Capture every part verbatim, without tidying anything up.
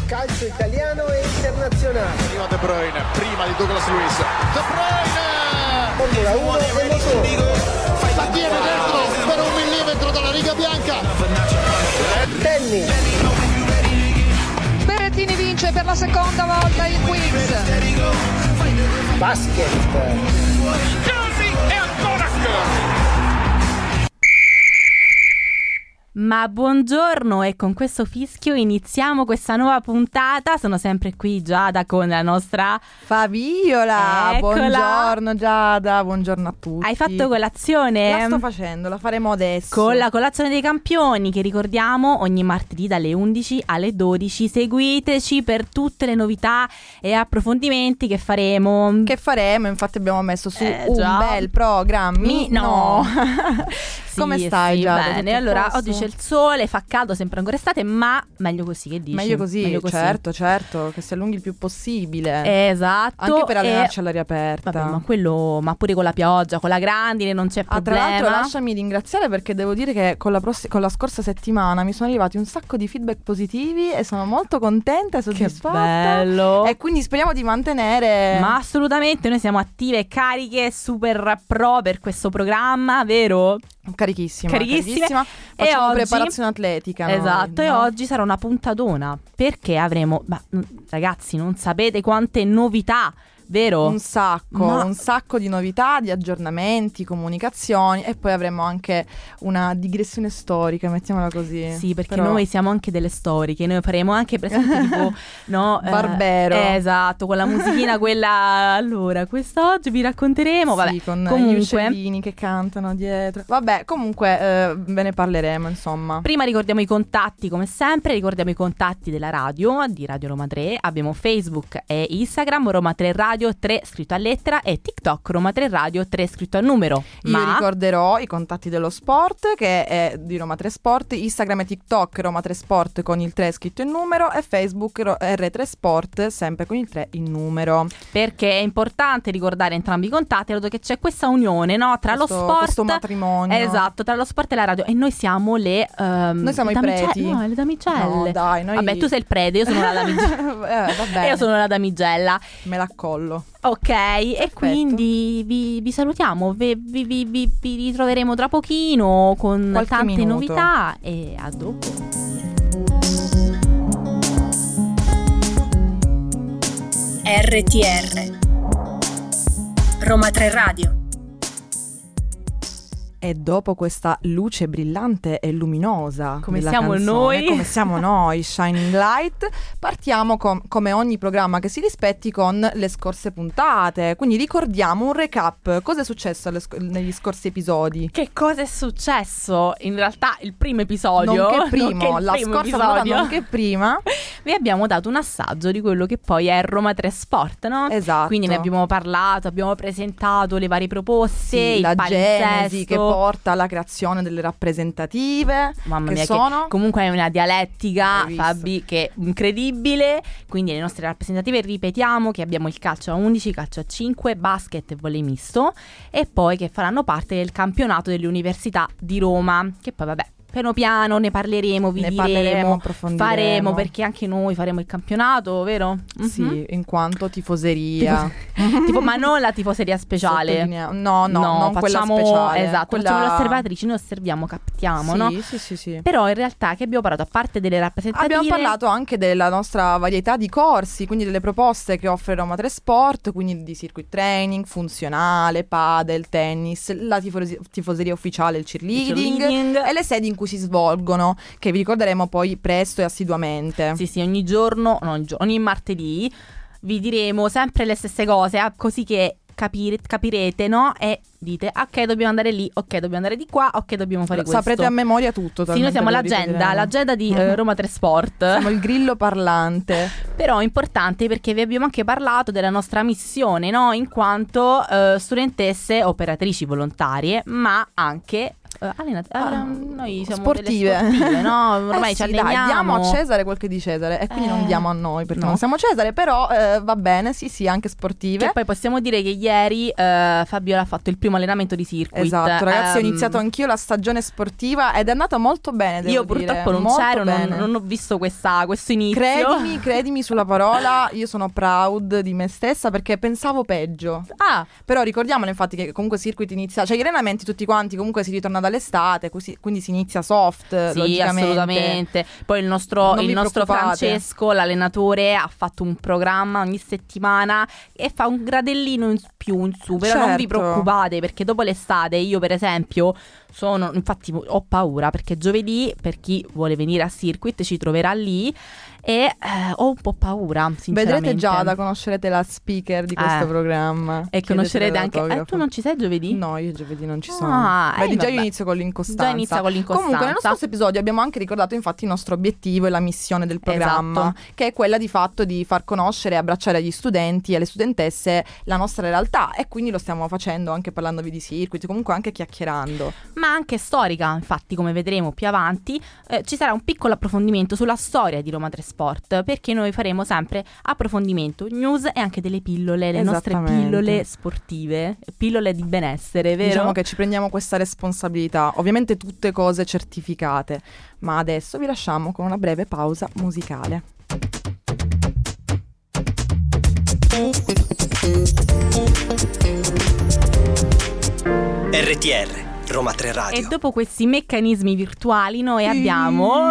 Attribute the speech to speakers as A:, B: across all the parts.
A: calcio italiano e internazionale.
B: Prima De Bruyne, prima di Douglas Luiz. De Bruyne!
A: Formula uno e motore.
B: La tiene dentro per un millimetro dalla riga bianca.
A: Tennis.
C: Berrettini vince per la seconda volta il quiz.
A: Basket.
B: Casi e ancora Curry.
D: Ma buongiorno, e con questo fischio iniziamo questa nuova puntata. Sono sempre qui Giada con la nostra
E: Fabiola.
D: Eccola.
E: Buongiorno Giada, buongiorno a tutti.
D: Hai fatto colazione?
E: La sto facendo, la faremo adesso.
D: Con la colazione dei campioni, che ricordiamo ogni martedì dalle undici alle dodici. Seguiteci per tutte le novità e approfondimenti che faremo.
E: Che faremo, infatti abbiamo messo su
D: Eh,
E: un
D: già.
E: bel programma.
D: Mi- no.
E: Sì, come stai
D: sì,
E: Giada?
D: Bene,
E: Tutto a
D: allora
E: posto?
D: oggi c'è il sole, fa caldo, sembra ancora estate, ma meglio così, che dici?
E: Meglio così, certo, certo, che si allunghi il più possibile.
D: Esatto.
E: Anche per allenarci
D: e...
E: all'aria aperta.
D: Vabbè, ma quello, ma pure con la pioggia, con la grandine non c'è
E: Ah, tra
D: problema.
E: l'altro lasciami ringraziare, perché devo dire che con la, pross- con la scorsa settimana mi sono arrivati un sacco di feedback positivi e sono molto contenta e soddisfatta.
D: bello.
E: E quindi speriamo di mantenere.
D: Ma assolutamente, noi siamo attive e cariche, super pro per questo programma, vero?
E: Carichissima,
D: Carichissime.
E: carichissima.
D: E
E: Facciamo
D: oggi-
E: preparazione atletica. noi,
D: Esatto, e
E: no?
D: oggi sarà una puntatona, perché avremo, ma mm, ragazzi, non sapete quante novità, vero?
E: Un sacco,
D: Ma-
E: un sacco di novità, di aggiornamenti, comunicazioni, e poi avremo anche una digressione storica, mettiamola così.
D: Sì, perché
E: Però-
D: noi siamo anche delle storiche, noi faremo anche presente tipo, no? eh,
E: Barbero.
D: eh, esatto, con la musichina quella, allora, quest'oggi vi racconteremo, vabbè,
E: Sì, con
D: comunque,
E: gli uccellini che cantano dietro. Vabbè, comunque eh, ve ne parleremo, insomma.
D: prima ricordiamo i contatti, come sempre, ricordiamo i contatti della radio, di Radio Roma tre, abbiamo Facebook e Instagram, Roma tre Radio tre scritto a lettera, e TikTok Roma tre Radio tre scritto a numero.
E: Io
D: Ma
E: ricorderò i contatti dello sport, che è di Roma tre Sport, Instagram e TikTok Roma tre Sport con il tre scritto in numero, e Facebook Ro- R tre Sport sempre con il tre in numero.
D: perché è importante ricordare entrambi i contatti, dato che c'è questa unione, no, tra
E: Questo-
D: lo sport,
E: questo matrimonio.
D: esatto, tra lo sport e la radio, e noi siamo le ehm,
E: Noi siamo
D: le
E: i
D: damigelle-
E: preti.
D: no, le damigelle.
E: No, dai, noi-
D: Vabbè, tu sei il prete, io sono la damigella.
E: eh, vabbè,
D: Io sono la damigella.
E: me l'accollo.
D: Ok, e
E: Perfetto.
D: quindi vi, vi salutiamo, vi, vi, vi, vi- vi ritroveremo tra pochino con
E: Qualche
D: tante
E: minuto.
D: novità, e a dopo.
F: R T R Roma tre Radio.
E: E dopo questa luce brillante e luminosa
D: Come
E: della
D: siamo
E: canzone,
D: noi.
E: come siamo noi, Shining Light, partiamo com- come ogni programma che si rispetti con le scorse puntate. Quindi ricordiamo un recap. Cosa è successo alle sc- negli scorsi episodi?
D: Che cosa è successo? In realtà il primo episodio,
E: Nonché primo,
D: nonché il
E: la
D: primo
E: scorsa puntata
D: episodio,
E: nonché prima.
D: vi abbiamo dato un assaggio di quello che poi è Roma tre Sport, no?
E: Esatto.
D: Quindi ne abbiamo parlato, abbiamo presentato le varie proposte,
E: Sì,
D: il
E: la genesi
D: palinsesto.
E: che porta alla creazione delle rappresentative.
D: Mamma
E: che
D: mia,
E: sono
D: che comunque è una dialettica,
E: Hai visto?
D: Fabi, che è incredibile. Quindi le nostre rappresentative, ripetiamo che abbiamo il calcio a undici, calcio a cinque, basket e volley misto, e poi che faranno parte del campionato delle università di Roma, che poi vabbè, piano piano ne parleremo, vi
E: Ne
D: diremo,
E: parleremo, approfondiremo.
D: faremo, perché anche noi faremo il campionato, vero?
E: Sì,
D: Mhm.
E: in quanto tifoseria.
D: Tipo, ma non la tifoseria speciale.
E: Sottolinea- No, no, non quella
D: facciamo,
E: speciale.
D: esatto,
E: Quella-
D: facciamo le osservatrici, noi osserviamo, captiamo,
E: sì,
D: no?
E: Sì, sì, sì.
D: Però in realtà che abbiamo parlato, a parte delle rappresentative,
E: Abbiamo parlato anche della nostra varietà di corsi, quindi delle proposte che offre Roma tre Sport, quindi di circuit training, funzionale, padel, tennis, la tifosi- tifoseria ufficiale, il cheerleading,
D: cheerleading.
E: e le sedi in cui si svolgono, che vi ricorderemo poi presto e assiduamente.
D: Sì, sì, ogni giorno, no, ogni, giorno, ogni martedì vi diremo sempre le stesse cose, ah, così che capire- capirete, no? E dite, ok, dobbiamo andare lì, ok, dobbiamo andare di qua, ok, dobbiamo fare questo.
E: Saprete a memoria tutto.
D: Sì, noi siamo
E: talmente ve lo
D: l'agenda,
E: ripeteremo.
D: l'agenda di eh, Roma tre Sport.
E: Siamo il grillo parlante.
D: Però è importante perché vi abbiamo anche parlato della nostra missione, no? In quanto eh, studentesse operatrici volontarie, ma anche Uh, allenate- ah, noi siamo
E: sportive,
D: delle sportive, no? Ormai
E: eh
D: ci
E: sì, dai,
D: alleniamo.
E: diamo a Cesare quel che di Cesare e quindi
D: Eh,
E: non diamo a noi perché
D: no.
E: non siamo Cesare, però eh, va bene, sì sì, anche sportive.
D: Che poi possiamo dire che ieri eh, Fabiola ha fatto il primo allenamento di circuit.
E: Esatto, ragazzi,
D: Ehm,
E: ho iniziato anch'io la stagione sportiva ed è andata molto bene, devo
D: Io
E: dire,
D: purtroppo non
E: molto
D: c'ero, non,
E: bene.
D: non ho visto questa, questo inizio.
E: Credimi, credimi sulla parola, io sono proud di me stessa perché pensavo peggio.
D: Ah,
E: Però ricordiamolo infatti che comunque circuit inizia, cioè gli allenamenti tutti quanti comunque si ritorna dall'estate, così- quindi si inizia soft,
D: sì,
E: logicamente.
D: assolutamente. Poi il nostro,
E: Non
D: il
E: vi
D: nostro
E: preoccupate.
D: Francesco, l'allenatore, ha fatto un programma ogni settimana e fa un gradellino in più, in su. Però non vi
E: Certo.
D: preoccupate, perché dopo l'estate io per esempio sono, infatti ho paura, perché giovedì per chi vuole venire a circuit ci troverà lì e eh, ho un po' paura, sinceramente.
E: Vedrete Giada, conoscerete la speaker di questo
D: Eh.
E: programma.
D: E conoscerete
E: Chiedetele
D: anche... Eh,
E: l'autografo.
D: tu non ci sei giovedì?
E: No, io giovedì non ci sono.
D: Ah,
E: Vedi,
D: eh,
E: già io
D: vabbè.
E: inizio con l'incostanza.
D: Già inizia con l'incostanza.
E: Comunque, nello stesso episodio abbiamo anche ricordato infatti il nostro obiettivo e la missione del programma,
D: Esatto.
E: che è quella di fatto di far conoscere e abbracciare agli studenti e alle studentesse la nostra realtà, e quindi lo stiamo facendo anche parlandovi di circuit, comunque anche chiacchierando.
D: Ma anche storica, infatti, come vedremo più avanti, eh, ci sarà un piccolo approfondimento sulla storia di Roma tre Sport, perché noi faremo sempre approfondimento, news e anche delle pillole, le nostre
E: Esattamente.
D: pillole sportive, pillole di benessere, vero?
E: Diciamo che ci prendiamo questa responsabilità, ovviamente tutte cose certificate, ma adesso vi lasciamo con una breve pausa musicale.
G: R T R Roma tre Radio.
D: E dopo questi meccanismi virtuali noi abbiamo...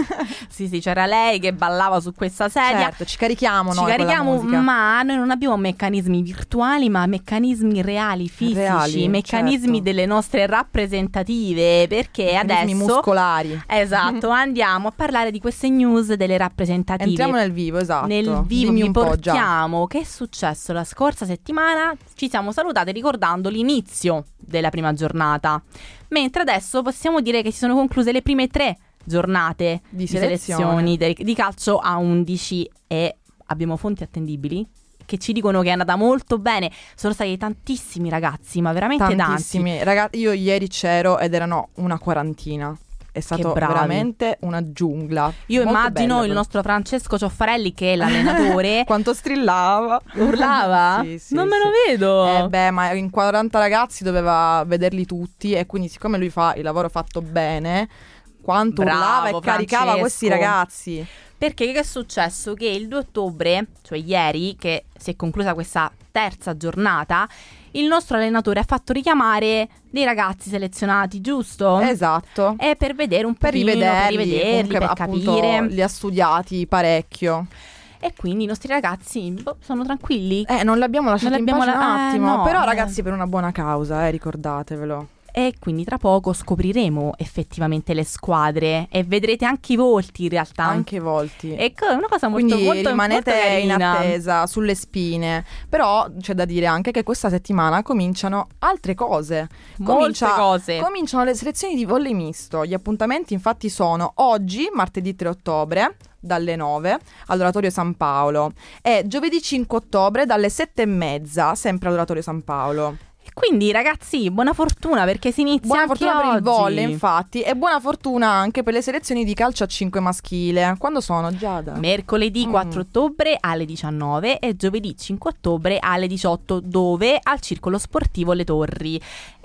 D: sì, sì, c'era lei che ballava su questa sedia.
E: Certo, ci carichiamo
D: Ci
E: noi con la
D: carichiamo,
E: musica.
D: ma noi non abbiamo meccanismi virtuali, ma meccanismi reali, fisici,
E: Reali,
D: meccanismi
E: certo.
D: delle nostre rappresentative, perché
E: Meccanismi
D: adesso
E: muscolari.
D: esatto, andiamo a parlare di queste news delle rappresentative.
E: Entriamo nel vivo, esatto.
D: Nel vivo
E: Dimmi
D: vi
E: un po' già.
D: portiamo che è successo la scorsa settimana. Ci siamo salutate ricordando l'inizio della prima giornata, mentre adesso possiamo dire che si sono concluse le prime tre giornate
E: Di
D: di,
E: selezione.
D: selezioni de- di calcio a undici e abbiamo fonti attendibili che ci dicono che è andata molto bene. Sono stati tantissimi ragazzi, ma veramente tanti.
E: Tantissimi. Ragazzi, io ieri c'ero ed erano una quarantina. È stato
D: bravi.
E: veramente una giungla.
D: Io
E: Molto
D: immagino
E: bello,
D: il
E: però.
D: nostro Francesco Cioffarelli, che è l'allenatore.
E: Quanto strillava.
D: Urlava?
E: Sì, sì,
D: non me
E: sì.
D: lo vedo.
E: Eh beh, ma in quaranta ragazzi doveva vederli tutti, e quindi siccome lui fa il lavoro fatto bene, quanto
D: Bravo,
E: urlava e caricava
D: Francesco.
E: questi ragazzi.
D: Perché che è successo? Che il due ottobre, cioè ieri, che si è conclusa questa terza giornata, il nostro allenatore ha fatto richiamare dei ragazzi selezionati, giusto?
E: Esatto.
D: E per vedere un
E: Per
D: pochino,
E: rivederli,
D: per rivederli,
E: comunque,
D: per
E: appunto,
D: capire.
E: li ha studiati parecchio.
D: E quindi i nostri ragazzi boh, sono tranquilli.
E: Eh, non li abbiamo lasciati
D: Non li
E: in pace
D: abbiamo
E: un
D: la- eh,
E: attimo.
D: no,
E: Però
D: eh.
E: ragazzi, per una buona causa, eh, ricordatevelo.
D: E quindi tra poco scopriremo effettivamente le squadre e vedrete anche i volti in realtà.
E: Anche i volti.
D: Ecco, è una cosa molto,
E: Quindi
D: molto,
E: rimanete
D: molto carina.
E: in attesa, sulle spine. Però c'è da dire anche che questa settimana cominciano altre cose.
D: Molte cose.
E: Cominciano le selezioni di volley misto. Gli appuntamenti infatti sono oggi, martedì tre ottobre, dalle nove all'Oratorio San Paolo, e giovedì cinque ottobre dalle sette e mezza, sempre all'Oratorio San Paolo.
D: Quindi ragazzi, buona fortuna, perché si inizia
E: Buona
D: anche
E: fortuna per il
D: oggi.
E: volley, infatti, e buona fortuna anche per le selezioni di calcio a cinque maschile. Quando sono, Giada?
D: Mercoledì
E: Mm.
D: quattro ottobre alle diciannove e giovedì cinque ottobre alle diciotto, dove? Al Circolo Sportivo Le Torri.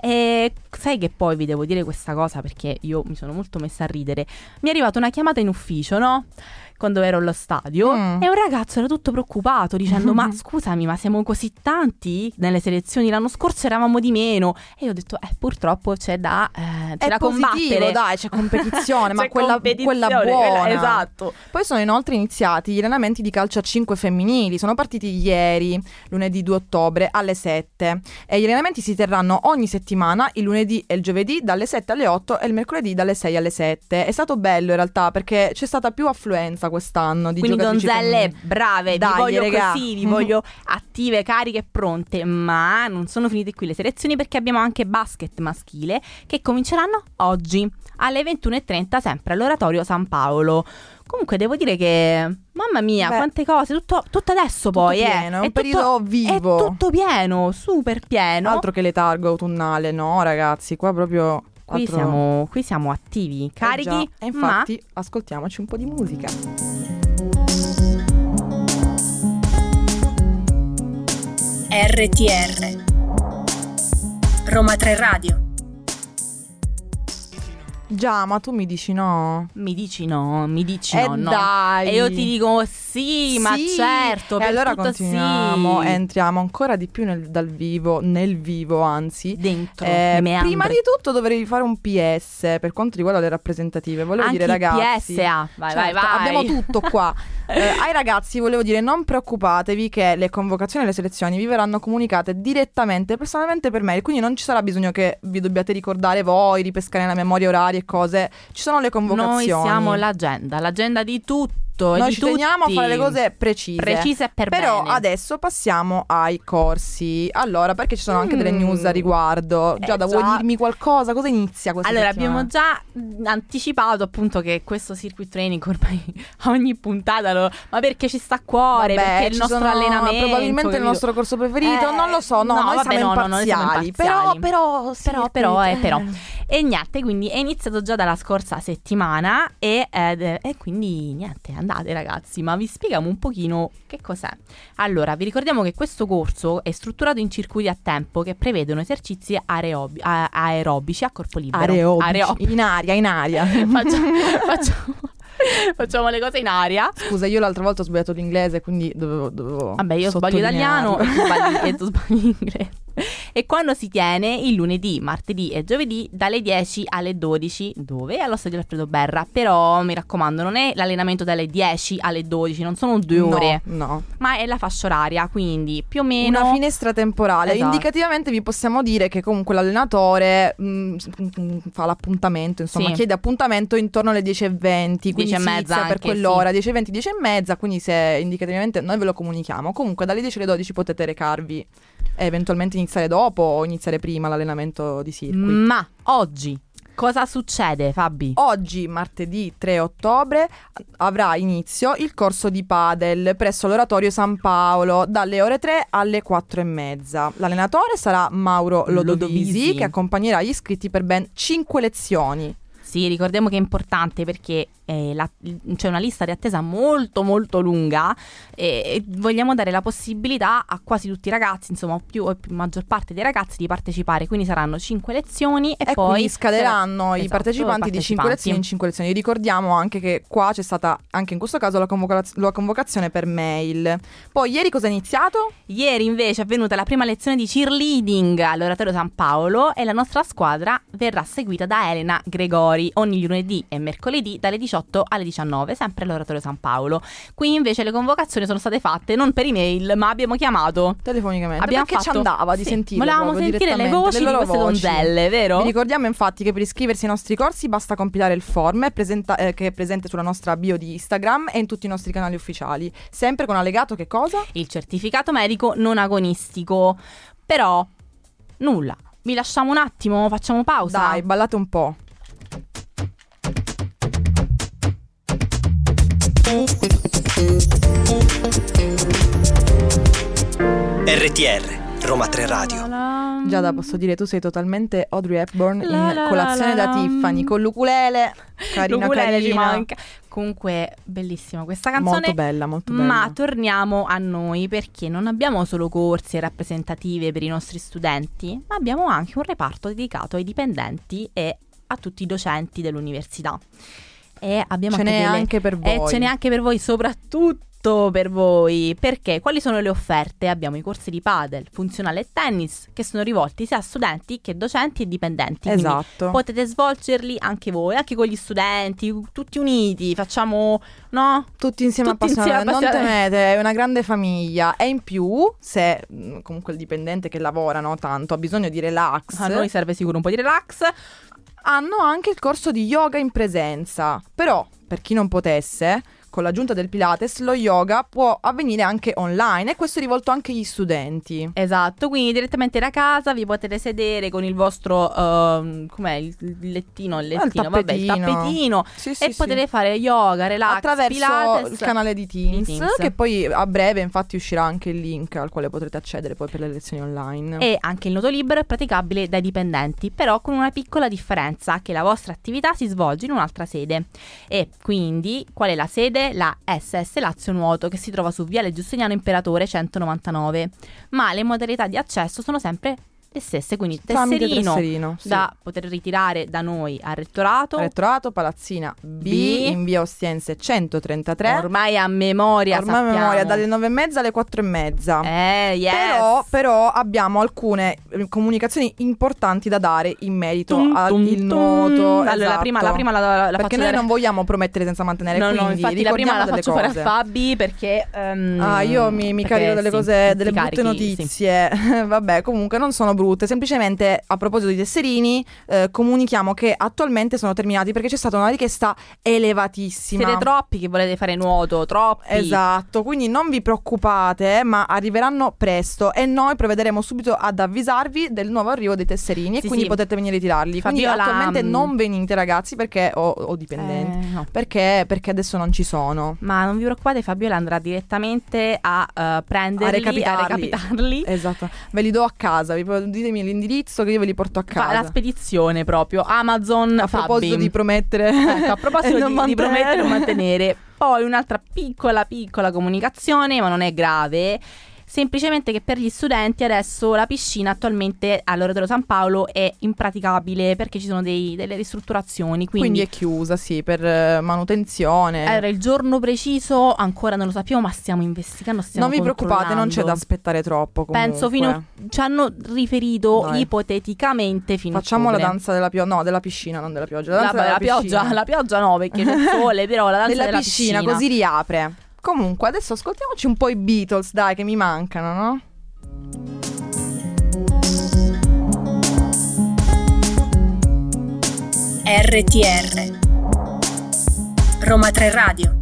D: E sai che poi vi devo dire questa cosa, perché io mi sono molto messa a ridere. Mi è arrivata una chiamata in ufficio, no? Quando ero allo stadio,
E: Mm.
D: e un ragazzo era tutto preoccupato dicendo ma scusami, ma siamo così tanti nelle selezioni, l'anno scorso eravamo di meno. E io ho detto eh purtroppo c'è da, eh, c'è
E: È
D: da
E: positivo,
D: combattere,
E: dai, c'è competizione, ma
D: C'è
E: quella,
D: competizione,
E: quella buona.
D: esatto.
E: Poi sono inoltre iniziati gli allenamenti di calcio a cinque femminili. Sono partiti ieri, lunedì due ottobre, alle sette. E gli allenamenti si terranno ogni settimana, il lunedì e il giovedì dalle sette alle otto e il mercoledì dalle sei alle sette. È stato bello in realtà, perché c'è stata più affluenza quest'anno di
D: Quindi
E: giocatrici
D: donzelle
E: femminili.
D: brave,
E: Dai,
D: vi voglio
E: regà.
D: così, vi voglio attive, cariche e pronte. Ma non sono finite qui le selezioni, perché abbiamo anche basket maschile che cominceranno oggi alle ventuno e trenta, sempre all'Oratorio San Paolo. Comunque devo dire che mamma mia,
E: Beh,
D: quante cose, tutto, tutto adesso poi
E: pieno,
D: eh.
E: è un
D: tutto-
E: periodo vivo.
D: È tutto pieno, super pieno.
E: Altro che letargo autunnale, no ragazzi, qua proprio
D: qui,
E: Altro-
D: siamo, qui siamo attivi,
E: Eh
D: carichi,
E: già, e infatti ascoltiamoci un po' di musica.
F: R T R Roma tre Radio.
E: Già, ma tu mi dici no?
D: ma mi dici no, mi dici
E: Eh
D: no, no.
E: dai.
D: E io ti dico sì, ma
E: Sì.
D: certo,
E: E
D: per
E: allora
D: tutto
E: continuiamo
D: sì.
E: e entriamo ancora di più nel, dal vivo, nel vivo anzi.
D: Dentro,
E: Eh,
D: nei meandri.
E: prima di tutto dovrei fare un P S per quanto riguarda le rappresentative. Volevo
D: Anche
E: dire ragazzi,
D: il P S A, vai,
E: certo,
D: vai, vai.
E: abbiamo tutto qua. Eh, ai ragazzi volevo dire non preoccupatevi che le convocazioni e le selezioni vi verranno comunicate direttamente, personalmente per mail, quindi non ci sarà bisogno che vi dobbiate ricordare voi, ripescare nella memoria orari e cose. Ci sono le convocazioni.
D: Noi siamo l'agenda, l'agenda di tutto. E
E: Noi
D: di
E: ci teniamo a
D: tutti.
E: fare le cose precise.
D: Precise per
E: Però
D: bene.
E: adesso passiamo ai corsi. Allora, perché ci sono anche delle
D: Mm.
E: news a riguardo.
D: Eh,
E: Giada,
D: già.
E: vuoi dirmi qualcosa? Cosa inizia questa
D: Allora,
E: settimana?
D: abbiamo già mh, anticipato appunto che questo circuit training ormai a ogni puntata lo... Ma perché ci sta a cuore?
E: Vabbè,
D: perché è il
E: ci
D: nostro
E: sono
D: allenamento,
E: probabilmente il
D: capito?
E: nostro corso preferito.
D: Eh,
E: non lo so, no,
D: no,
E: noi
D: vabbè,
E: siamo
D: no, no, noi siamo
E: imparziali. Però,
D: imparziali.
E: però, sì,
D: Però, però, eh,
E: eh.
D: però. E niente, quindi è iniziato già dalla scorsa settimana e, ed- e quindi niente, andate ragazzi, ma vi spieghiamo un pochino che cos'è. Allora, vi ricordiamo che questo corso è strutturato in circuiti a tempo che prevedono esercizi aerobi- a- aerobici a corpo libero.
E: Areobici.
D: Aerobici.
E: In aria, in aria.
D: Facciamo, facciamo, facciamo le cose in aria.
E: Scusa, io l'altra volta ho sbagliato l'inglese, quindi dovevo, dovevo
D: Vabbè, io sbaglio italiano e tu sbagli, e tu sbagli inglese. E quando si tiene il lunedì, martedì e giovedì dalle dieci alle dodici, dove? Allo stadio Alfredo Berra. Però mi raccomando, non è l'allenamento dalle dieci alle dodici, non sono due ore,
E: No, no.
D: ma è la fascia oraria, quindi più o meno
E: Una finestra temporale.
D: Esatto.
E: Indicativamente vi possiamo dire che comunque l'allenatore mh, fa l'appuntamento, insomma,
D: Sì.
E: chiede appuntamento intorno alle dieci e venti, quindi
D: dieci e
E: si
D: mezza
E: inizia per
D: anche,
E: quell'ora, dieci e venti, dieci e mezza, quindi se indicativamente noi ve lo comunichiamo. Comunque dalle dieci alle dodici potete recarvi e eventualmente iniziare dopo o iniziare prima l'allenamento di circuit.
D: Ma oggi cosa succede, Fabi?
E: Oggi, martedì tre ottobre, avrà inizio il corso di padel presso l'Oratorio San Paolo dalle ore tre alle quattro e mezza. L'allenatore sarà Mauro Lodovisi,
D: Lodovisi.
E: che accompagnerà gli iscritti per ben cinque lezioni.
D: Sì, ricordiamo che è importante perché eh, la- c'è una lista di attesa molto molto lunga e, e vogliamo dare la possibilità a quasi tutti i ragazzi, insomma più o più- maggior parte dei ragazzi di partecipare, quindi saranno cinque lezioni e,
E: E
D: poi
E: quindi scaderanno i
D: Esatto,
E: partecipanti di cinque
D: partecipanti.
E: lezioni in cinque lezioni. Ricordiamo anche che qua c'è stata, anche in questo caso, la, convocaz- la convocazione per mail. Poi ieri cosa è iniziato?
D: Ieri invece è avvenuta la prima lezione di cheerleading all'Oratorio San Paolo e la nostra squadra verrà seguita da Elena Gregori ogni lunedì e mercoledì dalle diciotto alle diciannove, sempre all'Oratorio San Paolo. Qui invece le convocazioni sono state fatte non per email, ma abbiamo chiamato.
E: Telefonicamente.
D: Abbiamo
E: perché ci
D: fatto-
E: andava di
D: sì,
E: sentire
D: volevamo
E: proprio
D: sentire le
E: direttamente,
D: voci di
E: loro
D: queste
E: voci.
D: donzelle, vero?
E: Vi ricordiamo infatti che per iscriversi ai nostri corsi basta compilare il form presenta- eh, che è presente sulla nostra bio di Instagram e in tutti i nostri canali ufficiali, sempre con allegato che cosa?
D: Il certificato medico non agonistico. Però nulla, vi lasciamo un attimo, facciamo pausa.
E: Dai, ballate un po'.
G: R T R Roma tre Radio.
E: Giada, posso dire, tu sei totalmente Audrey Hepburn in
D: La la
E: Colazione
D: la
E: da
D: la.
E: Tiffany con l'ukulele. Carina,
D: L'ukulele ci
E: carina.
D: manca. Comunque, bellissima questa canzone.
E: Molto bella, molto bella.
D: Ma torniamo a noi perché non abbiamo solo corsi e rappresentative per i nostri studenti, ma abbiamo anche un reparto dedicato ai dipendenti e a tutti i docenti dell'università. E abbiamo
E: Ce
D: anche
E: n'è
D: delle-
E: anche per voi.
D: E ce n'è anche per voi, soprattutto per voi. Perché? Quali sono le offerte? Abbiamo i corsi di padel, funzionale e tennis che sono rivolti sia a studenti che docenti e dipendenti. Quindi
E: Esatto.
D: potete svolgerli anche voi, anche con gli studenti, tutti uniti, facciamo, no?
E: Tutti insieme
D: Tutti
E: appassionati,
D: insieme
E: non
D: appassionati.
E: temete, è una grande famiglia. E in più, se mh, comunque il dipendente che lavora no, tanto ha bisogno di relax,
D: A noi serve sicuro un po' di relax.
E: hanno anche il corso di yoga in presenza. Però, per chi non potesse, con l'aggiunta del Pilates, lo yoga può avvenire anche online e questo è rivolto anche agli studenti.
D: Esatto, quindi direttamente da casa vi potete sedere con il vostro uh, com'è il, il lettino, il lettino,
E: il
D: vabbè, il tappetino
E: sì, sì,
D: e
E: sì.
D: potete fare yoga, relax,
E: attraverso
D: Pilates,
E: il canale di Teams,
D: di Teams,
E: che poi a breve infatti uscirà anche il link al quale potrete accedere poi per le lezioni online.
D: E anche il nuoto libero è praticabile dai dipendenti, però con una piccola differenza, che la vostra attività si svolge in un'altra sede. E quindi qual è la sede? La S S Lazio Nuoto, che si trova su Viale Giustiniano Imperatore centonovantanove, ma le modalità di accesso sono sempre le stesse, quindi
E: Tramite
D: tesserino,
E: tesserino, sì.
D: da poter ritirare da noi al rettorato.
E: Rettorato, Palazzina B,
D: B,
E: in via Ostiense centotrentatré.
D: Ormai a memoria
E: Ormai a
D: sappiamo.
E: memoria, dalle nove e mezza alle quattro e mezza.
D: Eh, yes.
E: Però, però abbiamo alcune comunicazioni importanti da dare in merito
D: Tum,
E: al
D: tum,
E: il
D: tum.
E: nuoto.
D: Allora,
E: esatto.
D: la prima, la prima la, la
E: perché
D: faccio
E: noi
D: dare...
E: non vogliamo promettere senza mantenere.
D: No,
E: quindi
D: no, infatti la prima la
E: delle
D: faccio
E: cose.
D: fare a Fabi perché um,
E: Ah, io mi, mi
D: perché
E: carico delle
D: sì,
E: cose,
D: ti
E: delle brutte
D: carichi,
E: notizie. Sì. Vabbè, comunque non sono brutte. Semplicemente, a proposito di tesserini, eh, comunichiamo che attualmente sono terminati perché c'è stata una richiesta elevatissima.
D: Siete troppi che volete fare nuoto, troppi.
E: Esatto, quindi non vi preoccupate, ma arriveranno presto e noi provvederemo subito ad avvisarvi del nuovo arrivo dei tesserini
D: Sì,
E: e quindi
D: sì.
E: potete venire a ritirarli. Quindi
D: Fabiola,
E: attualmente
D: mm,
E: non venite ragazzi perché o, o dipendenti.
D: Eh, no.
E: Perché? Perché adesso non ci sono.
D: Ma non vi preoccupate, Fabiola andrà direttamente a uh, prenderli,
E: A recapitarli.
D: a recapitarli.
E: Esatto, ve li do a casa, vi, ditemi l'indirizzo che io ve li porto a
D: Fa la
E: casa.
D: spedizione proprio, Amazon
E: A
D: Fabi.
E: proposito di promettere
D: Ecco, a proposito
E: e
D: di,
E: non
D: di
E: mantenere.
D: promettere o mantenere. Poi un'altra piccola piccola comunicazione, ma non è grave. Semplicemente che per gli studenti adesso la piscina attualmente all'Oratorio San Paolo è impraticabile perché ci sono dei, delle ristrutturazioni. Quindi,
E: Quindi è chiusa, sì, per eh, manutenzione.
D: Allora, il giorno preciso ancora non lo sappiamo, ma stiamo investigando, stiamo
E: Non vi preoccupate, non c'è da
D: controllando.
E: aspettare troppo. Comunque.
D: Penso fino ci hanno riferito
E: Dai.
D: ipoteticamente fino
E: Facciamo
D: a
E: la danza della pioggia, no, della piscina, non della pioggia. La danza
D: la,
E: della
D: la pioggia,
E: piscina.
D: la pioggia no, perché c'è il sole, però la danza
E: della,
D: della,
E: piscina,
D: piscina
E: così riapre. Comunque, adesso ascoltiamoci un po' i Beatles, dai, che mi mancano, no?
F: R T R Roma tre Radio.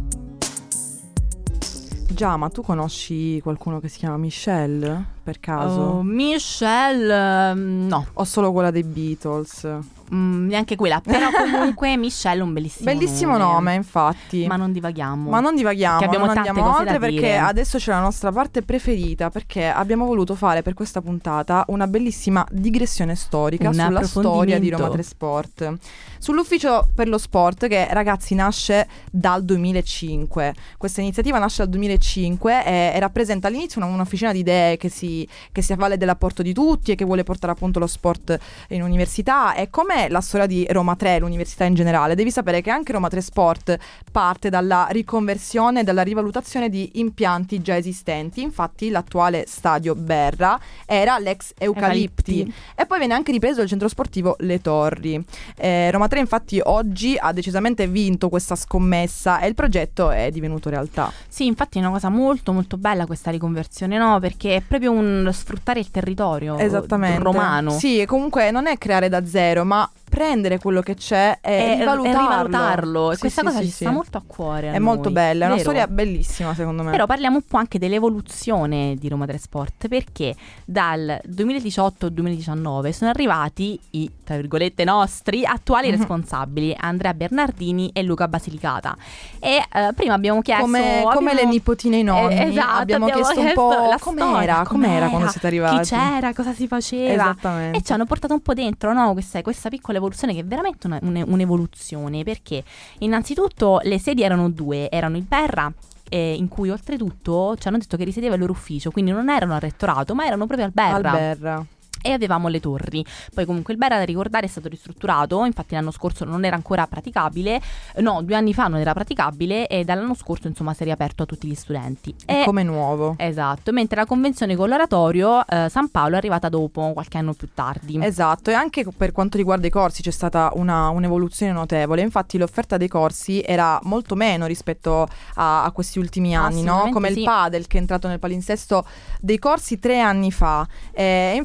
E: Già, ma tu conosci qualcuno che si chiama Michelle, per caso?
D: Oh, Michelle, ehm, no,
E: O solo quella dei Beatles?
D: mm, neanche quella. Però comunque Michelle è un bellissimo,
E: Bellissimo nome, infatti.
D: Ma non divaghiamo.
E: Ma non divaghiamo,
D: Che abbiamo
E: non
D: tante
E: andiamo
D: cose da
E: oltre perché
D: dire.
E: adesso c'è la nostra parte preferita, perché abbiamo voluto fare per questa puntata una bellissima digressione storica
D: Un
E: sulla storia di
D: approfondimento.
E: Roma tre Sport. Sull'ufficio per lo sport che, ragazzi, nasce dal duemilacinque. Questa iniziativa nasce dal duemilacinque e, e rappresenta all'inizio una, un'officina di idee che si, che si avvale dell'apporto di tutti e che vuole portare appunto lo sport in università. E come la storia di Roma tre, l'università in generale, devi sapere che anche Roma tre Sport parte dalla riconversione e dalla rivalutazione di impianti già esistenti. Infatti l'attuale stadio Berra era l'ex Eucalipti,
D: Eucalipti.
E: e poi viene anche ripreso il centro sportivo Le Torri. Eh, Roma tre infatti oggi ha decisamente vinto questa scommessa e il progetto è divenuto realtà.
D: Sì, infatti è una cosa molto molto bella questa riconversione, no? Perché è proprio un sfruttare il territorio
E: Esattamente.
D: romano.
E: Sì, e comunque non è creare da zero, ma prendere quello che c'è e,
D: E
E: rivalutarlo.
D: e rivalutarlo. E
E: Sì,
D: questa
E: sì,
D: cosa
E: sì,
D: ci
E: sì.
D: sta molto a cuore. a
E: È molto
D: noi,
E: bella, è una
D: vero?
E: storia bellissima secondo me.
D: Però parliamo un po' anche dell'evoluzione di Roma tre Sport, perché dal duemiladiciotto al duemiladiciannove sono arrivati i, tra virgolette, nostri attuali
E: Mhm.
D: responsabili, Andrea Bernardini e Luca Basilicata. E eh, prima abbiamo chiesto...
E: come, come
D: abbiamo-
E: le nipotine e i nonni,
D: Eh, esatto,
E: abbiamo, chiesto un po'
D: la
E: com'era,
D: storia,
E: com'era quando siete arrivati.
D: Chi c'era, cosa si faceva.
E: Esattamente.
D: E ci hanno portato un po' dentro, no? Questa, questa piccola evoluzione che è veramente una- un- un'evoluzione, perché innanzitutto le sedi erano due, erano il Berra, eh, in cui oltretutto ci hanno detto che risiedeva il loro ufficio, quindi non erano al rettorato, ma erano proprio al Berra.
E: Al Berra.
D: E avevamo le torri. Poi comunque il Berra, da ricordare, è stato ristrutturato. Infatti l'anno scorso non era ancora praticabile. No, due anni fa non era praticabile. E dall'anno scorso insomma si è riaperto a tutti gli studenti.
E: È
D: E-
E: come nuovo.
D: Esatto. Mentre la convenzione con l'oratorio eh, San Paolo è arrivata dopo, qualche anno più tardi.
E: Esatto, e anche per quanto riguarda i corsi c'è stata una, un'evoluzione notevole. Infatti l'offerta dei corsi era molto meno rispetto a, a questi ultimi anni, no?
D: Assolutamente
E: Come
D: sì.
E: il padel che è entrato nel palinsesto dei corsi tre anni fa. E infatti
D: Però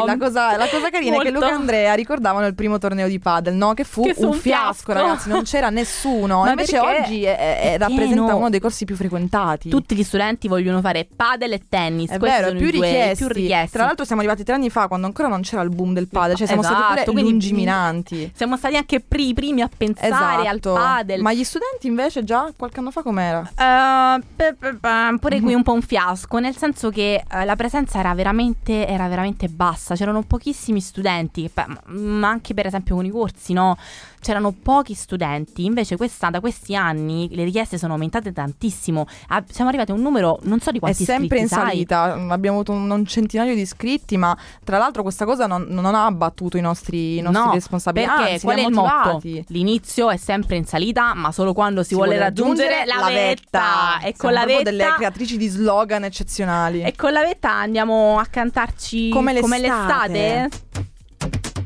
E: la cosa, la cosa carina
D: Molto.
E: è che Luca e Andrea ricordavano il primo torneo di padel, no? Che fu
D: Che fu
E: un
D: un
E: fiasco,
D: fiasco.
E: ragazzi, non c'era nessuno.
D: Ma
E: Invece
D: perché
E: oggi è, è-
D: è
E: rappresenta
D: pieno.
E: uno dei corsi più frequentati.
D: Tutti gli studenti vogliono fare padel e tennis.
E: È
D: Questi
E: vero,
D: sono
E: più
D: i due
E: richiesti.
D: più richiesti.
E: Tra l'altro siamo arrivati tre anni fa, quando ancora non c'era il boom del padel, cioè siamo
D: Esatto,
E: stati pure
D: quindi-
E: lungimiranti.
D: Siamo stati anche pri- i primi a pensare
E: Esatto.
D: al padel.
E: Ma gli studenti invece già qualche anno fa com'era?
D: Uh, pe- pe- pe- pure qui un po' un fiasco, nel senso che eh, la presenza era veramente, era veramente bassa, c'erano pochissimi studenti, che pe- ma anche per esempio con i corsi, no? C'erano pochi studenti, invece questa, da questi anni le richieste sono aumentate tantissimo. Ah, siamo arrivati a un numero non so di
E: È
D: quanti
E: sempre in
D: iscritti, sai?
E: salita, abbiamo avuto un, un centinaio di iscritti, ma tra l'altro questa cosa non, non ha abbattuto i nostri, i nostri
D: No,
E: responsabili.
D: perché
E: Anzi,
D: qual è
E: li ha
D: il motto?
E: motivati.
D: L'inizio è sempre in salita, ma solo quando si,
E: Si
D: vuole raggiungere, la vetta. E con
E: Siamo
D: la
E: proprio
D: vetta
E: delle creatrici di slogan eccezionali.
D: E con la vetta andiamo a cantarci
E: Come
D: come
E: l'estate.
D: l'estate.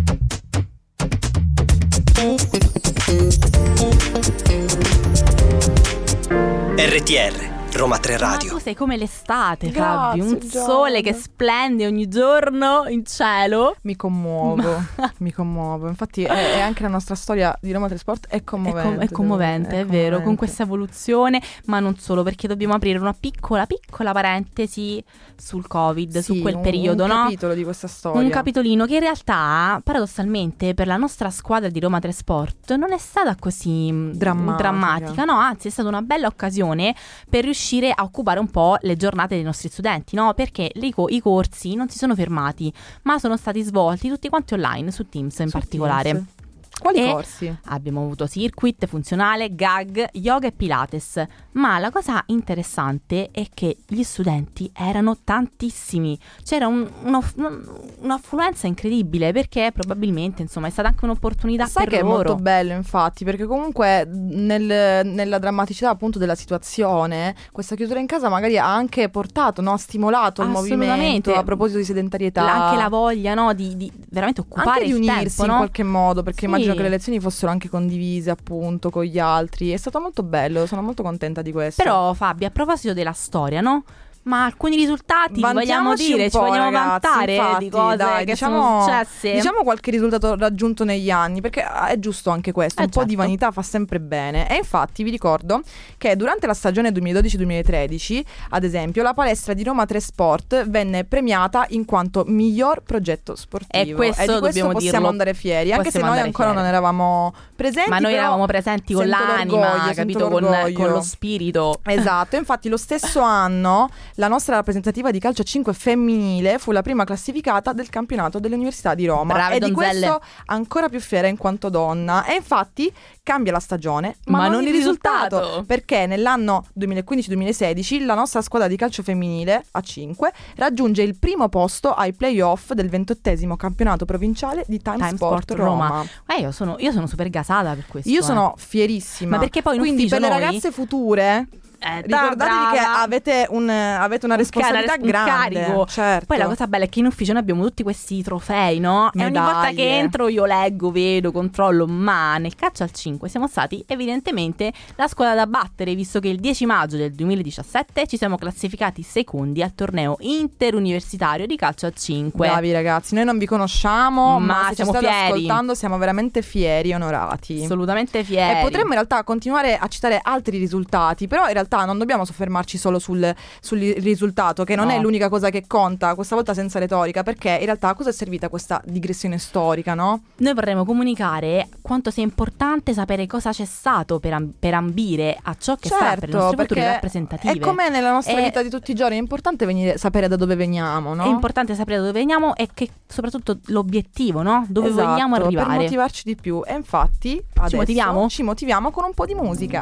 G: R T R Roma tre
D: Ma
G: Radio.
D: tu sei come l'estate,
E: Grazie,
D: Fabio. Un
E: Giada.
D: sole che splende ogni giorno in cielo.
E: Mi commuovo, mi commuovo. Infatti è, è anche la nostra storia di Roma Trasport è
D: È,
E: commovente.
D: com- è commovente,
E: devo
D: è,
E: dire,
D: vero, con
E: commovente.
D: questa evoluzione, ma non solo, perché dobbiamo aprire una piccola, piccola parentesi sul Covid,
E: Sì,
D: su quel
E: un-
D: periodo,
E: un
D: no?
E: capitolo di questa storia.
D: Un capitolino che in realtà, paradossalmente, per la nostra squadra di Roma Tre Sport non è stata così mh,
E: Drammatica.
D: drammatica, no? Anzi, è stata una bella occasione per riuscire a occupare un po' le giornate dei nostri studenti, no? Perché le co- i corsi non si sono fermati, ma sono stati svolti tutti quanti online, su Teams in
E: Su
D: particolare.
E: Teams. Quali
D: E
E: corsi?
D: Abbiamo avuto circuit, funzionale, gag, yoga e pilates. Ma la cosa interessante è che gli studenti erano tantissimi. C'era un- uno- un'affluenza incredibile, perché probabilmente, insomma, è stata anche un'opportunità
E: Sai
D: per
E: che è
D: loro.
E: molto bello, infatti, perché comunque nel- nella drammaticità appunto della situazione, questa chiusura in casa magari ha anche portato, no? Ha stimolato il
D: Assolutamente.
E: movimento a proposito di sedentarietà.
D: La- anche la voglia, no, di, di veramente occupare
E: Anche di
D: il
E: unirsi
D: tempo,
E: in
D: no?
E: qualche modo, perché
D: Sì.
E: immagino che le lezioni fossero anche condivise appunto con gli altri. È stato molto bello, sono molto contenta di questo.
D: Però, Fabio, a proposito della storia, no? Ma alcuni risultati vogliamo
E: Vantiamoci
D: dire,
E: un
D: ci
E: po',
D: vogliamo
E: ragazzi,
D: vantare
E: infatti,
D: di cose
E: dai,
D: che
E: diciamo,
D: sono successe.
E: Diciamo qualche risultato raggiunto negli anni, perché è giusto anche questo,
D: Eh,
E: un po' di
D: certo.
E: vanità fa sempre bene. E infatti vi ricordo che durante la stagione duemiladodici duemilatredici, ad esempio, la palestra di Roma Tre Sport venne premiata in quanto miglior progetto sportivo.
D: E questo
E: di questo
D: dobbiamo
E: possiamo
D: dirlo.
E: andare fieri, anche se
D: Possiamo
E: noi
D: andare
E: ancora
D: fieri.
E: non eravamo presenti.
D: Ma noi
E: però
D: eravamo presenti con
E: sento
D: l'anima,
E: l'orgoglio,
D: capito?
E: sento
D: Con,
E: l'orgoglio.
D: con lo spirito.
E: Esatto, infatti lo stesso anno la nostra rappresentativa di calcio a cinque femminile fu la prima classificata del campionato dell'Università di Roma.
D: Brave
E: e di
D: donzelle.
E: questo ancora più fiera in quanto donna. E infatti cambia la stagione, ma,
D: Ma non
E: il
D: il
E: risultato,
D: risultato.
E: perché nell'anno duemilaquindici duemilasedici la nostra squadra di calcio femminile a cinque raggiunge il primo posto ai playoff del ventottesimo campionato provinciale di Time,
D: Time
E: Sport,
D: Sport
E: Roma.
D: Roma. Eh, io sono, io sono super gasata per questo.
E: Io
D: eh.
E: sono fierissima.
D: Ma perché poi in
E: Quindi
D: ufficio
E: per le
D: noi-
E: ragazze future
D: Eh,
E: ricordatevi
D: brava.
E: che avete, un, avete una
D: Un
E: responsabilità
D: cara- un
E: grande.
D: carico.
E: Certo.
D: Poi la cosa bella è che in ufficio noi abbiamo tutti questi trofei, no? E ogni volta
E: Medaglie.
D: che entro io leggo, vedo, controllo, ma nel calcio al cinque siamo stati evidentemente la squadra da battere, visto che il dieci maggio del duemiladiciassette ci siamo classificati secondi al torneo interuniversitario di calcio a cinque.
E: Bravi ragazzi, noi non vi conosciamo, ma,
D: Ma
E: se
D: siamo
E: ci state
D: fieri.
E: ascoltando siamo veramente fieri e onorati.
D: Assolutamente fieri.
E: E potremmo in realtà continuare a citare altri risultati, però in realtà non dobbiamo soffermarci solo sul, sul risultato, che non
D: No.
E: è l'unica cosa che conta, questa volta senza retorica, perché in realtà a cosa è servita questa digressione storica, no?
D: Noi vorremmo comunicare quanto sia importante sapere cosa c'è stato per, am- per ambire a ciò che sarà per le nostre future
E: perché
D: rappresentative.
E: è come nella nostra
D: È-
E: vita di tutti i giorni, è importante venire, sapere da dove veniamo, no?
D: È importante sapere da dove veniamo e che soprattutto l'obiettivo, no? Dove
E: Esatto,
D: vogliamo arrivare.
E: per motivarci di più. E infatti adesso
D: motiviamo?
E: ci motiviamo con un po' di musica.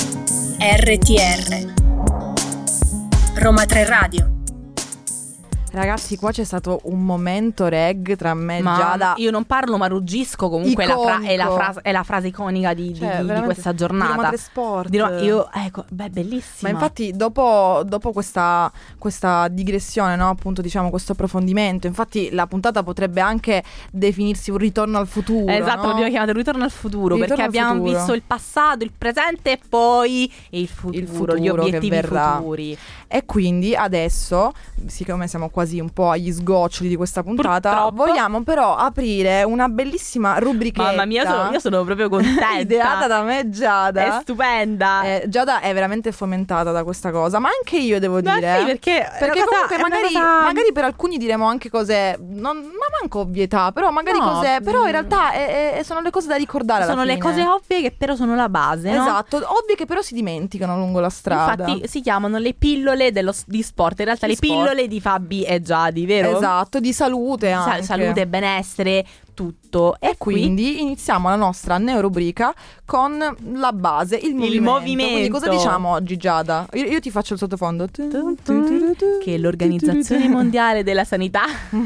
F: R T R Roma tre Radio.
E: Ragazzi, qua c'è stato un momento reg tra me e
D: Ma
E: Giada.
D: io non parlo ma ruggisco, comunque è la, fra- è, la
E: Iconico.
D: frase, è la frase iconica di, di-
E: Cioè,
D: di- di
E: veramente,
D: questa giornata.
E: di Roma tre Sport.
D: Di Roma- io, ecco, beh, bellissima.
E: Ma infatti dopo, dopo questa, questa digressione, no? Appunto diciamo questo approfondimento, infatti la puntata potrebbe anche definirsi un ritorno al futuro.
D: Esatto,
E: no?
D: l'abbiamo chiamato ritorno al futuro,
E: Ritorno
D: perché
E: al
D: abbiamo
E: futuro.
D: visto il passato, il presente e poi il futuro,
E: Il futuro
D: gli
E: che
D: obiettivi
E: verrà.
D: futuri.
E: E quindi adesso, siccome siamo quasi un po' agli sgoccioli di questa puntata,
D: Purtroppo.
E: vogliamo però aprire una bellissima rubrichetta.
D: Mamma mia, sono- io sono proprio contenta.
E: Ideata da me e Giada.
D: È stupenda.
E: Eh, Giada è veramente fomentata da questa cosa, ma anche io devo
D: Ma
E: dire.
D: sì, perché, è
E: Perché
D: una cosa-
E: comunque
D: è una
E: magari,
D: cosa-
E: magari per alcuni diremo anche cose, non, ma manco ovvietà, però magari
D: No,
E: cose, però in
D: mm.
E: realtà è- è- sono le cose da ricordare alla
D: sono le
E: fine.
D: cose ovvie che però sono la base, no?
E: Esatto, ovvie che però si dimenticano lungo la strada.
D: Infatti si chiamano le pillole dello, di sport, in realtà
E: Di
D: le
E: sport.
D: pillole di Fabi e Giadi, vero?
E: Esatto, di salute
D: Sa-
E: anche.
D: salute, benessere, tutto. E,
E: E quindi iniziamo la nostra neorubrica con la base, il movimento.
D: movimento.
E: Quindi cosa diciamo oggi, Giada? Io, io ti faccio il sottofondo.
D: che l'Organizzazione Mondiale della Sanità,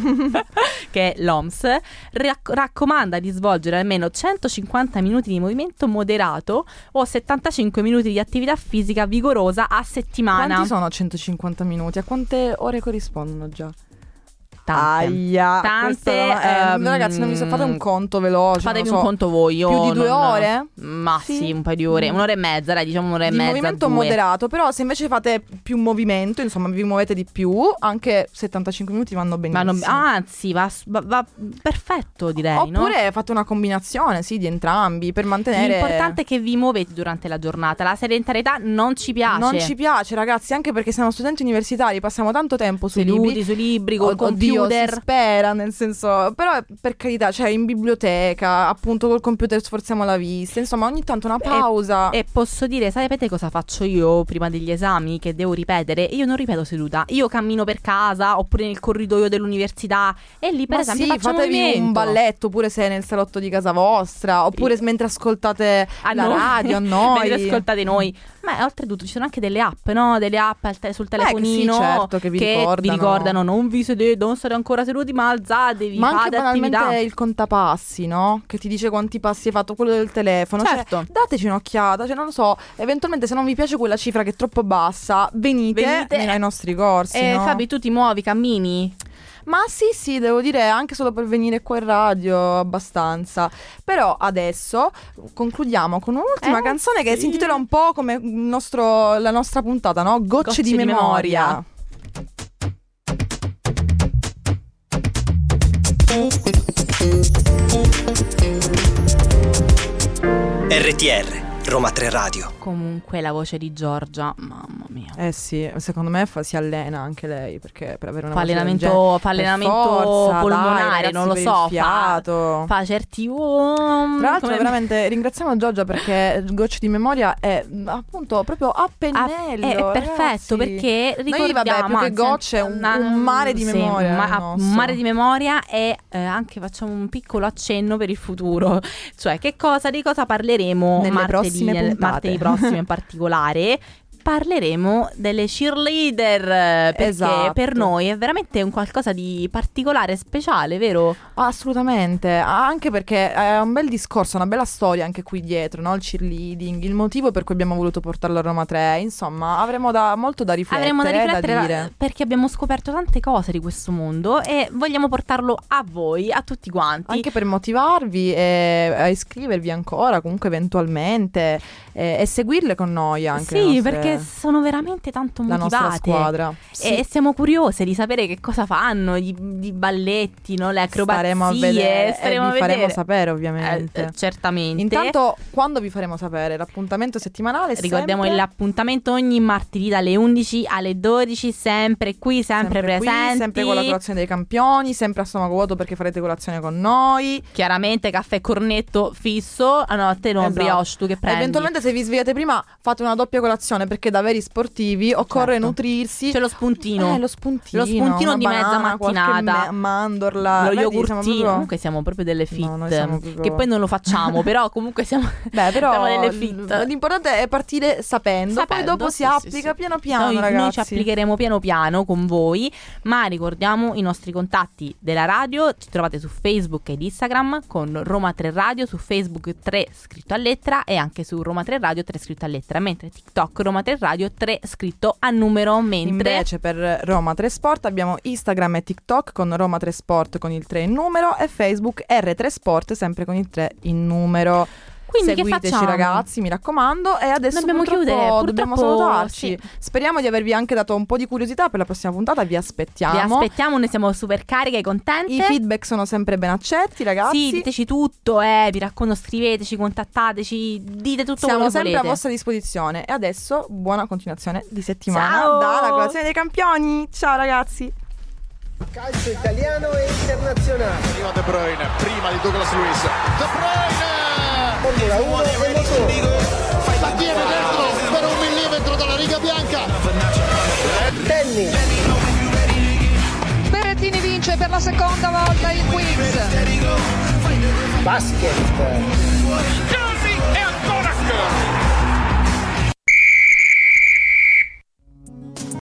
D: che è l'O M S, rac- raccomanda di svolgere almeno centocinquanta minuti di movimento moderato o settantacinque minuti di attività fisica vigorosa a settimana.
E: Quanti sono centocinquanta minuti? A quante ore corrispondono già?
D: Tante.
E: Aia,
D: Tante,
E: questo non è-
D: ehm,
E: ragazzi, non mi so, fate un conto veloce.
D: Fatevi
E: non
D: un
E: so.
D: conto voi. Io
E: Più di due
D: non-
E: ore?
D: Ma sì.
E: Sì.
D: un paio di ore. Un'ora e mezza, dai, diciamo un'ora e
E: Di
D: mezza.
E: movimento
D: due.
E: moderato, però se invece fate più movimento, insomma vi muovete di più, anche settantacinque minuti vanno benissimo.
D: Ma non- anzi, va, va- va perfetto, direi. no?
E: Oppure fate una combinazione, sì, di entrambi per mantenere.
D: L'importante è che vi muovete durante la giornata. La sedentarietà non ci piace.
E: Non ci piace, ragazzi, anche perché siamo studenti universitari, passiamo tanto tempo sui
D: Seduti
E: libri.
D: sui libri, col
E: Od- oddio,
D: computer.
E: si spera, nel senso, però per carità, cioè in biblioteca, appunto col computer sforziamo la vista, insomma, ogni tanto una pausa.
D: E posso dire, sapete cosa faccio io prima degli esami che devo ripetere? Io non ripeto seduta, io cammino per casa oppure nel corridoio dell'università e lì per
E: Ma
D: esempio
E: sì,
D: faccio
E: fatevi
D: movimento.
E: un balletto pure se è nel salotto di casa vostra, oppure
D: Sì.
E: mentre ascoltate
D: A
E: la
D: noi.
E: radio, a noi.
D: Mentre ascoltate noi. Ma oltretutto ci sono anche delle app, no? Delle app al te- sul
E: Beh, che sì,
D: telefonino
E: certo, che vi ricordano.
D: ricordano, non vi sedete, non state ancora seduti, ma alzatevi,
E: Ma anche
D: fate
E: banalmente
D: attività.
E: il contapassi, no? Che ti dice quanti passi hai fatto, quello del telefono.
D: Certo.
E: Cioè, dateci un'occhiata, cioè non lo so, eventualmente se non vi piace quella cifra che è troppo bassa, venite,
D: Venite.
E: ai nostri corsi,
D: Eh,
E: no?
D: Fabi, tu ti muovi, cammini?
E: Ma sì, sì, devo dire, anche solo per venire qua in radio, abbastanza. Però adesso concludiamo con un'ultima
D: Eh,
E: canzone che
D: sì.
E: si intitola un po' come il nostro- la nostra puntata, no? Gocce,
D: Gocce
E: di,
D: di
E: memoria.
G: R T R, Roma tre Radio.
D: Comunque la voce di Giorgia, mamma mia.
E: Eh sì, secondo me fa- si allena anche lei, perché per avere una
D: Fa
E: voce del
D: allenamento,
E: genere-
D: fa
E: per
D: allenamento
E: forza,
D: polmonare,
E: dai, ragazzi,
D: non lo
E: per
D: so,
E: il
D: fa,
E: fiato.
D: fa certi um,
E: Tra l'altro
D: come-
E: veramente ringraziamo Giorgia perché Gocce di memoria è appunto proprio a
D: Ah,
E: pennello.
D: è
E: ragazzi.
D: perfetto perché ricordiamo,
E: Noi vabbè, più che
D: anzi,
E: gocce è un,
D: una-
E: un mare di
D: sì,
E: memoria.
D: un, ma-
E: il nostro.
D: un mare di memoria e eh, anche facciamo un piccolo accenno per il futuro, cioè che cosa di cosa parleremo
E: Nelle
D: martedì,
E: prossime
D: nel-
E: puntate.
D: martedì prossimo in particolare. Parleremo delle cheerleader perché
E: Esatto.
D: per noi è veramente un qualcosa di particolare, speciale, vero?
E: Assolutamente, anche perché è un bel discorso, una bella storia anche qui dietro, no? Il cheerleading, il motivo per cui abbiamo voluto portarlo a Roma tre, insomma, avremo da, molto da riflettere,
D: Avremo da riflettere
E: da
D: da-
E: dire.
D: perché abbiamo scoperto tante cose di questo mondo e vogliamo portarlo a voi, a tutti quanti.
E: Anche per motivarvi e a iscrivervi ancora, comunque eventualmente, e, e seguirle con noi anche. le
D: Sì,
E: nostre-
D: perché sono veramente tanto
E: la
D: motivate.
E: nostra squadra. Sì.
D: E siamo curiose di sapere che cosa fanno, i, i balletti, no? Le acrobazie.
E: Staremo a vedere
D: staremo
E: e
D: a
E: vi faremo
D: vedere.
E: sapere
D: Eh,
E: ovviamente.
D: eh, certamente.
E: Intanto, quando vi faremo sapere? L'appuntamento settimanale è
D: ricordiamo
E: sempre...
D: l'appuntamento ogni martedì dalle undici alle dodici, sempre qui, sempre,
E: sempre
D: presenti.
E: qui, sempre con la colazione dei campioni, sempre a stomaco vuoto perché farete colazione con noi.
D: Chiaramente caffè e cornetto fisso. Ah no, a te no,
E: Esatto.
D: brioche, tu che prendi?
E: Eventualmente se vi svegliate prima fate una doppia colazione perché perché da veri sportivi occorre
D: Certo.
E: nutrirsi.
D: C'è lo spuntino.
E: Eh, lo spuntino.
D: Lo spuntino
E: una
D: di mezza
E: banana, qualche
D: mattinata.
E: me- mandorla.
D: Lo
E: Vedi, siamo
D: yogurtino.
E: proprio-
D: Comunque siamo proprio delle fit.
E: No, noi siamo proprio-
D: Che poi non lo facciamo, però comunque siamo,
E: Beh, però
D: siamo delle fit.
E: l- l'importante è partire sapendo,
D: Sapendo,
E: poi dopo
D: sì,
E: si
D: sì,
E: applica
D: sì.
E: piano piano,
D: noi,
E: ragazzi.
D: noi ci applicheremo piano piano con voi, ma ricordiamo i nostri contatti della radio. Ci trovate su Facebook ed Instagram con Roma tre Radio, su Facebook tre scritto a lettera e anche su Roma tre Radio tre scritto a lettera, mentre TikTok Roma tre Radio tre scritto a numero, mentre
E: Invece per Roma tre Sport abbiamo Instagram e TikTok con Roma tre Sport con il tre in numero e Facebook R tre Sport sempre con il tre in numero.
D: Quindi che
E: Seguiteci
D: facciamo?
E: ragazzi, mi raccomando. E adesso
D: Dobbiamo
E: purtroppo
D: chiudere,
E: dobbiamo
D: purtroppo
E: salutarci.
D: sì.
E: Speriamo di avervi anche dato un po' di curiosità per la prossima puntata. Vi aspettiamo.
D: vi aspettiamo, noi siamo super cariche e contente.
E: I feedback sono sempre ben accetti, ragazzi.
D: Sì, diteci tutto, eh, vi racconto, scriveteci, contattateci, dite tutto
E: Siamo
D: quello che
E: sempre
D: volete.
E: a vostra disposizione. E adesso buona continuazione di settimana
D: Ciao!
E: dalla colazione dei campioni. Ciao ragazzi.
A: Calcio italiano e internazionale.
B: Arriva De Bruyne, prima di Douglas Luiz. De Bruyne!
A: Formula uno e motore.
B: La tiene dentro per un millimetro dalla riga bianca.
A: Tennis.
C: Berrettini vince per la seconda volta il quiz.
A: Basket.
B: Casi e ancora